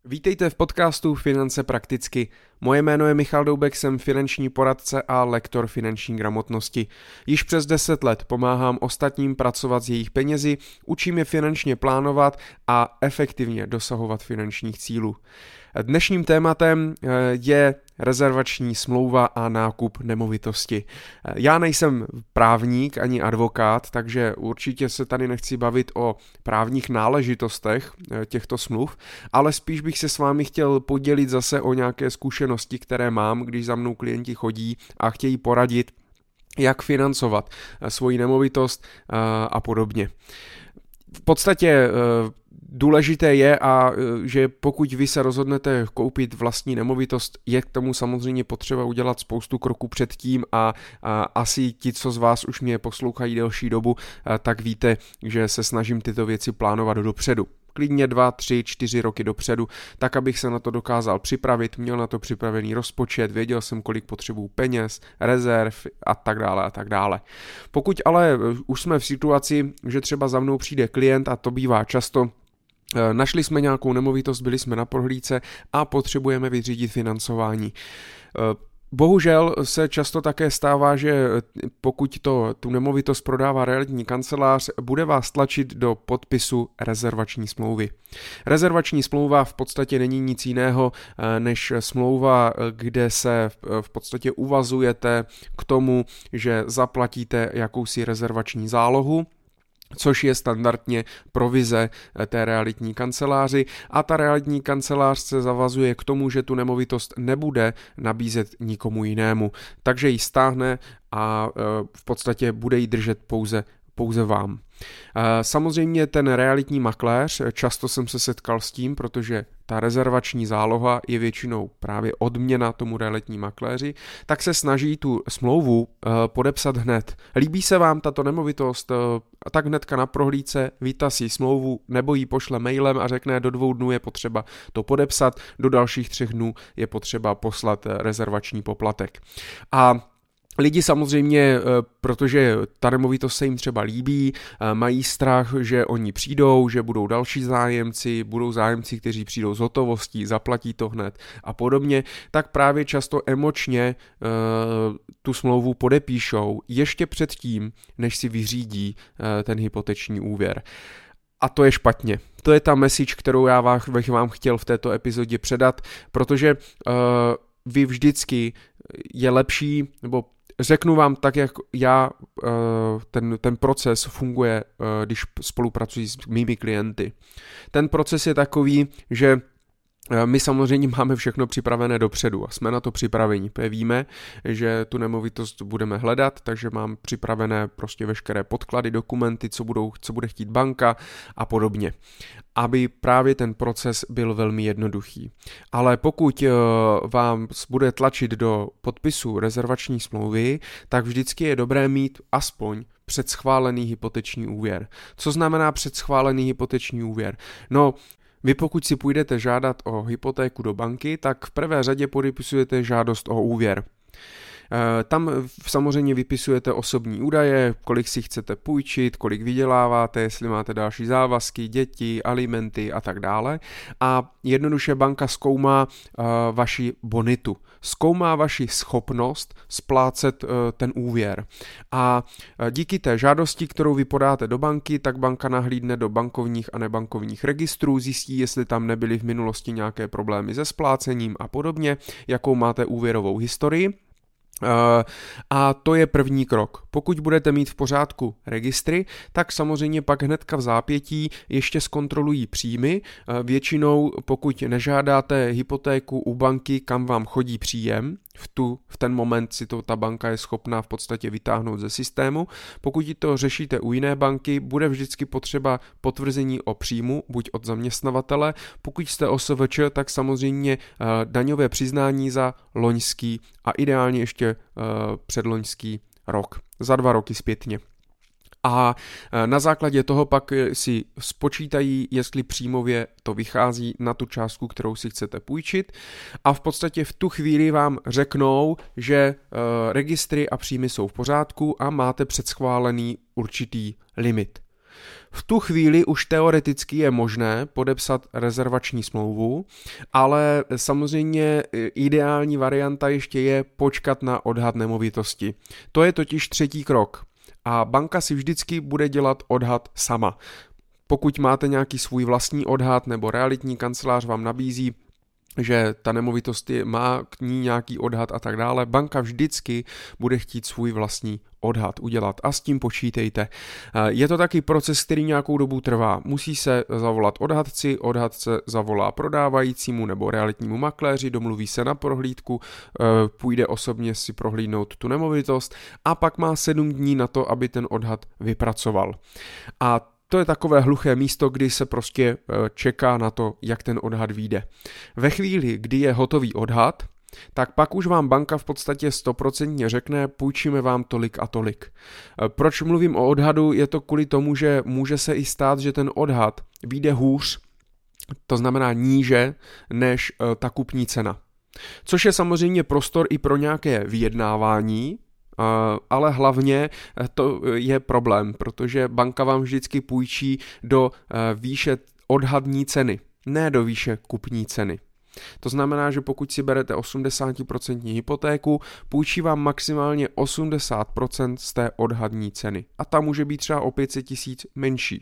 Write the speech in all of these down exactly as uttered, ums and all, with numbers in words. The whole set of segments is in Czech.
Vítejte v podcastu Finance prakticky. Moje jméno je Michal Doubek, jsem finanční poradce a lektor finanční gramotnosti. Již přes deset let pomáhám ostatním pracovat s jejich penězi, učím je finančně plánovat a efektivně dosahovat finančních cílů. Dnešním tématem je rezervační smlouva a nákup nemovitosti. Já nejsem právník ani advokát, takže určitě se tady nechci bavit o právních náležitostech těchto smluv, ale spíš bych se s vámi chtěl podělit zase o nějaké zkušenosti, které mám, když za mnou klienti chodí a chtějí poradit, jak financovat svoji nemovitost a podobně. V podstatě důležité je, a že pokud vy se rozhodnete koupit vlastní nemovitost, je k tomu samozřejmě potřeba udělat spoustu kroků předtím a, a asi ti, co z vás už mě poslouchají delší dobu, tak víte, že se snažím tyto věci plánovat dopředu. Klidně dva, tři, čtyři roky dopředu, tak abych se na to dokázal připravit, měl na to připravený rozpočet, věděl jsem, kolik potřebuju peněz, rezerv a tak dále a tak dále. Pokud ale už jsme v situaci, že třeba za mnou přijde klient, a to bývá často, našli jsme nějakou nemovitost, byli jsme na prohlídce a potřebujeme vyřídit financování. Bohužel se často také stává, že pokud to, tu nemovitost prodává realitní kancelář, bude vás tlačit do podpisu rezervační smlouvy. Rezervační smlouva v podstatě není nic jiného než smlouva, kde se v podstatě uvazujete k tomu, že zaplatíte jakousi rezervační zálohu, což je standardně provize té realitní kanceláři, a ta realitní kancelář se zavazuje k tomu, že tu nemovitost nebude nabízet nikomu jinému, takže ji stáhne a v podstatě bude ji držet pouze pouze vám. Samozřejmě ten realitní makléř, často jsem se setkal s tím, protože ta rezervační záloha je většinou právě odměna tomu realitní makléři, tak se snaží tu smlouvu podepsat hned. Líbí se vám tato nemovitost, tak hnedka na prohlídce vytasí smlouvu nebo ji pošle mailem a řekne, do dvou dnů je potřeba to podepsat, do dalších třech dnů je potřeba poslat rezervační poplatek. A lidi samozřejmě, protože ta nemovitost se jim třeba líbí, mají strach, že oni přijdou, že budou další zájemci, budou zájemci, kteří přijdou z hotovostí, zaplatí to hned a podobně, tak právě často emočně uh, tu smlouvu podepíšou ještě předtím, než si vyřídí uh, ten hypoteční úvěr. A to je špatně. To je ta message, kterou já bych vám chtěl v této epizodě předat, protože uh, vy vždycky je lepší, nebo řeknu vám tak, jak já ten, ten proces funguje, když spolupracuji s mými klienty. Ten proces je takový, že my samozřejmě máme všechno připravené dopředu a jsme na to připraveni. Víme, že tu nemovitost budeme hledat, takže mám připravené prostě veškeré podklady, dokumenty, co, budou, co bude chtít banka a podobně, aby právě ten proces byl velmi jednoduchý. Ale pokud vám bude tlačit do podpisu rezervační smlouvy, tak vždycky je dobré mít aspoň předschválený hypoteční úvěr. Co znamená předschválený hypoteční úvěr? No, vy pokud si půjdete žádat o hypotéku do banky, tak v prvé řadě podepisujete žádost o úvěr. Tam samozřejmě vypisujete osobní údaje, kolik si chcete půjčit, kolik vyděláváte, jestli máte další závazky, děti, alimenty a tak dále. A jednoduše banka zkoumá uh, vaši bonitu, zkoumá vaši schopnost splácet uh, ten úvěr. A uh, díky té žádosti, kterou vy podáte do banky, tak banka nahlídne do bankovních a nebankovních registrů, zjistí, jestli tam nebyly v minulosti nějaké problémy se splácením a podobně, jakou máte úvěrovou historii. Uh, a to je první krok. Pokud budete mít v pořádku registry, tak samozřejmě pak hnedka v zápětí ještě zkontrolují příjmy. Uh, většinou, pokud nežádáte hypotéku u banky, kam vám chodí příjem, v, tu, v ten moment si to ta banka je schopná v podstatě vytáhnout ze systému. Pokud to řešíte u jiné banky, bude vždycky potřeba potvrzení o příjmu, buď od zaměstnavatele. Pokud jste O S V Č, tak samozřejmě uh, daňové přiznání za loňský a ideálně ještě uh, předloňský rok, za dva roky zpětně. A na základě toho pak si spočítají, jestli příjmově to vychází na tu částku, kterou si chcete půjčit, a v podstatě v tu chvíli vám řeknou, že registry a příjmy jsou v pořádku a máte předschválený určitý limit. V tu chvíli už teoreticky je možné podepsat rezervační smlouvu, ale samozřejmě ideální varianta ještě je počkat na odhad nemovitosti. To je totiž třetí krok a banka si vždycky bude dělat odhad sama. Pokud máte nějaký svůj vlastní odhad nebo realitní kancelář vám nabízí, že ta nemovitost má k ní nějaký odhad a tak dále, banka vždycky bude chtít svůj vlastní odhad udělat a s tím počítejte. Je to taky proces, který nějakou dobu trvá. Musí se zavolat odhadci, odhadce zavolá prodávajícímu nebo realitnímu makléři, domluví se na prohlídku, půjde osobně si prohlídnout tu nemovitost a pak má sedm dní na to, aby ten odhad vypracoval. A to je takové hluché místo, kdy se prostě čeká na to, jak ten odhad vyjde. Ve chvíli, kdy je hotový odhad, tak pak už vám banka v podstatě stoprocentně řekne, půjčíme vám tolik a tolik. Proč mluvím o odhadu? Je to kvůli tomu, že může se i stát, že ten odhad vyjde hůř, to znamená níže, než ta kupní cena. Což je samozřejmě prostor i pro nějaké vyjednávání, ale hlavně to je problém, protože banka vám vždycky půjčí do výše odhadní ceny, ne do výše kupní ceny. To znamená, že pokud si berete osmdesát procent hypotéku, půjčí vám maximálně osmdesát procent z té odhadní ceny. A ta může být třeba o pět set tisíc menší.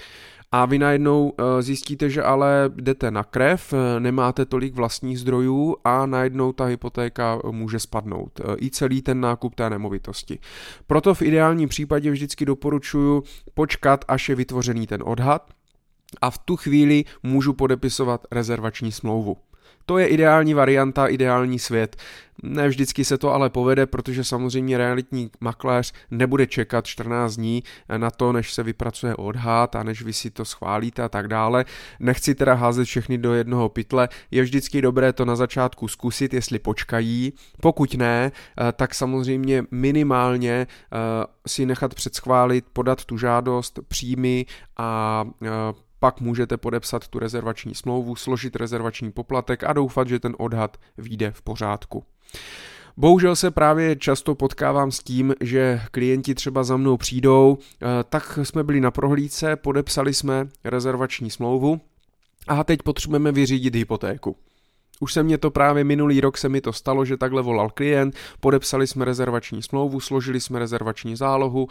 A vy najednou zjistíte, že ale jdete na krev, nemáte tolik vlastních zdrojů a najednou ta hypotéka může spadnout. I celý ten nákup té nemovitosti. Proto v ideálním případě vždycky doporučuji počkat, až je vytvořený ten odhad a v tu chvíli můžu podepisovat rezervační smlouvu. To je ideální varianta, ideální svět. Ne vždycky se to ale povede, protože samozřejmě realitní makléř nebude čekat čtrnáct dní na to, než se vypracuje odhad a než vy si to schválíte a tak dále. Nechci teda házet všechny do jednoho pytle, je vždycky dobré to na začátku zkusit, jestli počkají. Pokud ne, tak samozřejmě minimálně si nechat předschválit, podat tu žádost, příjmy a pak můžete podepsat tu rezervační smlouvu, složit rezervační poplatek a doufat, že ten odhad vyjde v pořádku. Bohužel se právě často potkávám s tím, že klienti třeba za mnou přijdou, tak jsme byli na prohlídce, podepsali jsme rezervační smlouvu a teď potřebujeme vyřídit hypotéku. Už se mně to právě minulý rok se mi to stalo, že takhle volal klient, podepsali jsme rezervační smlouvu, složili jsme rezervační zálohu,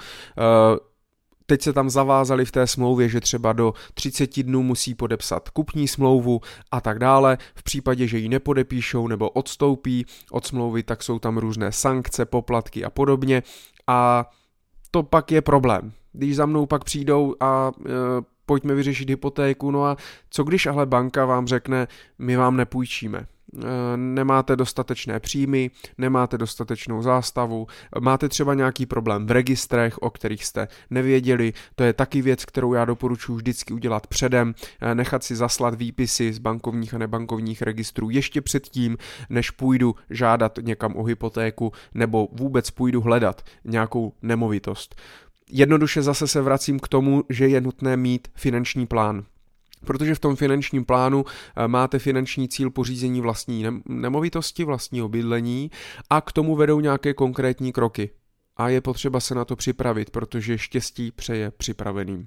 teď se tam zavázali v té smlouvě, že třeba do třicet dnů musí podepsat kupní smlouvu a tak dále. V případě, že ji nepodepíšou nebo odstoupí od smlouvy, tak jsou tam různé sankce, poplatky a podobně. A to pak je problém. Když za mnou pak přijdou a e, pojďme vyřešit hypotéku, no a co když ale banka vám řekne, my vám nepůjčíme. Nemáte dostatečné příjmy, nemáte dostatečnou zástavu, máte třeba nějaký problém v registrech, o kterých jste nevěděli, to je taky věc, kterou já doporučuji vždycky udělat předem, nechat si zaslat výpisy z bankovních a nebankovních registrů ještě předtím, než půjdu žádat někam o hypotéku nebo vůbec půjdu hledat nějakou nemovitost. Jednoduše zase se vracím k tomu, že je nutné mít finanční plán. Protože v tom finančním plánu máte finanční cíl pořízení vlastní nemovitosti, vlastního bydlení a k tomu vedou nějaké konkrétní kroky. A je potřeba se na to připravit, protože štěstí přeje připraveným.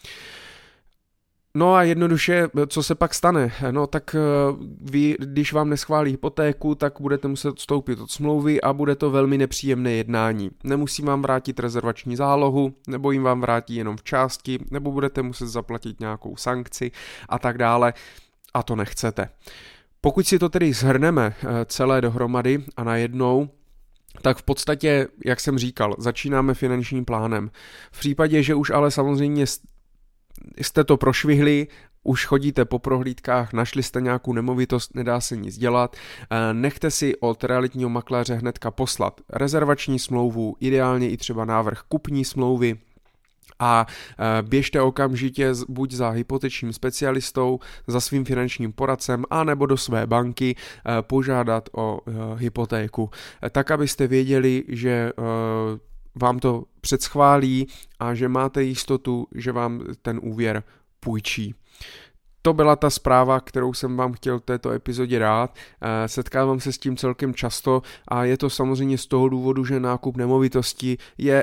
No a jednoduše, co se pak stane? No tak vy, když vám neschválí hypotéku, tak budete muset odstoupit od smlouvy a bude to velmi nepříjemné jednání. Nemusí vám vrátit rezervační zálohu, nebo jim vám vrátí jenom v části, nebo budete muset zaplatit nějakou sankci a tak dále. A to nechcete. Pokud si to tedy shrneme celé dohromady a najednou, tak v podstatě, jak jsem říkal, začínáme finančním plánem. V případě, že už ale samozřejmě jste to prošvihli, už chodíte po prohlídkách, našli jste nějakou nemovitost, nedá se nic dělat, nechte si od realitního makléře hnedka poslat rezervační smlouvu, ideálně i třeba návrh kupní smlouvy a běžte okamžitě buď za hypotečním specialistou, za svým finančním poradcem, anebo do své banky požádat o hypotéku, tak abyste věděli, že vám to předschválí a že máte jistotu, že vám ten úvěr půjčí. To byla ta zpráva, kterou jsem vám chtěl v této epizodě dát. Setkávám se s tím celkem často a je to samozřejmě z toho důvodu, že nákup nemovitosti je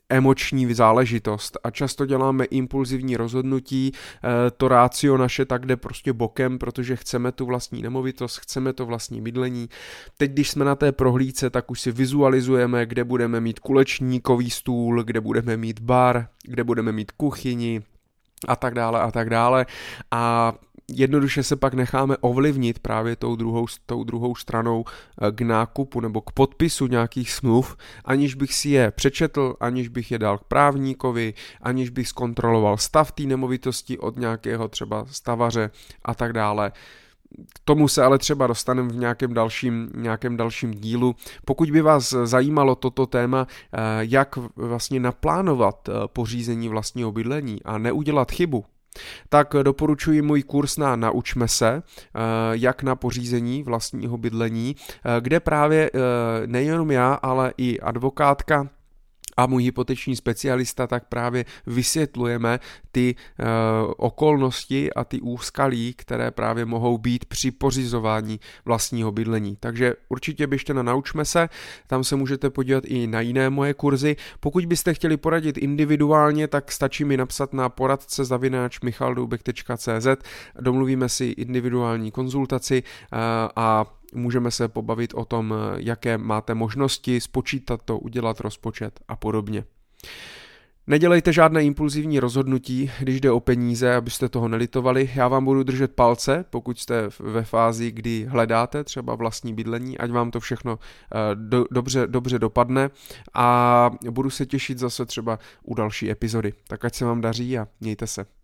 emoční záležitost a často děláme impulzivní rozhodnutí, to rácio naše tak jde prostě bokem, protože chceme tu vlastní nemovitost, chceme to vlastní bydlení. Teď, když jsme na té prohlídce, tak už si vizualizujeme, kde budeme mít kulečníkový stůl, kde budeme mít bar, kde budeme mít kuchyni a tak dále a tak dále a jednoduše se pak necháme ovlivnit právě tou druhou, tou druhou stranou k nákupu nebo k podpisu nějakých smluv, aniž bych si je přečetl, aniž bych je dal k právníkovi, aniž bych zkontroloval stav té nemovitosti od nějakého třeba stavaře a tak dále. K tomu se ale třeba dostaneme v nějakém dalším, nějakém dalším dílu. Pokud by vás zajímalo toto téma, jak vlastně naplánovat pořízení vlastního bydlení a neudělat chybu, tak doporučuji můj kurz na Naučme se, jak na pořízení vlastního bydlení, kde právě nejenom já, ale i advokátka a můj hypoteční specialista tak právě vysvětlujeme ty e, okolnosti a ty úskalí, které právě mohou být při pořizování vlastního bydlení. Takže určitě běžte na Naučme se, tam se můžete podívat i na jiné moje kurzy. Pokud byste chtěli poradit individuálně, tak stačí mi napsat na poradce zavináč michaldoubek tečka cé zet, domluvíme si individuální konzultaci e, a můžeme se pobavit o tom, jaké máte možnosti, spočítat to, udělat rozpočet a podobně. Nedělejte žádné impulzivní rozhodnutí, když jde o peníze, abyste toho nelitovali. Já vám budu držet palce, pokud jste ve fázi, kdy hledáte třeba vlastní bydlení, ať vám to všechno do, dobře, dobře dopadne a budu se těšit zase třeba u další epizody. Tak ať se vám daří a mějte se.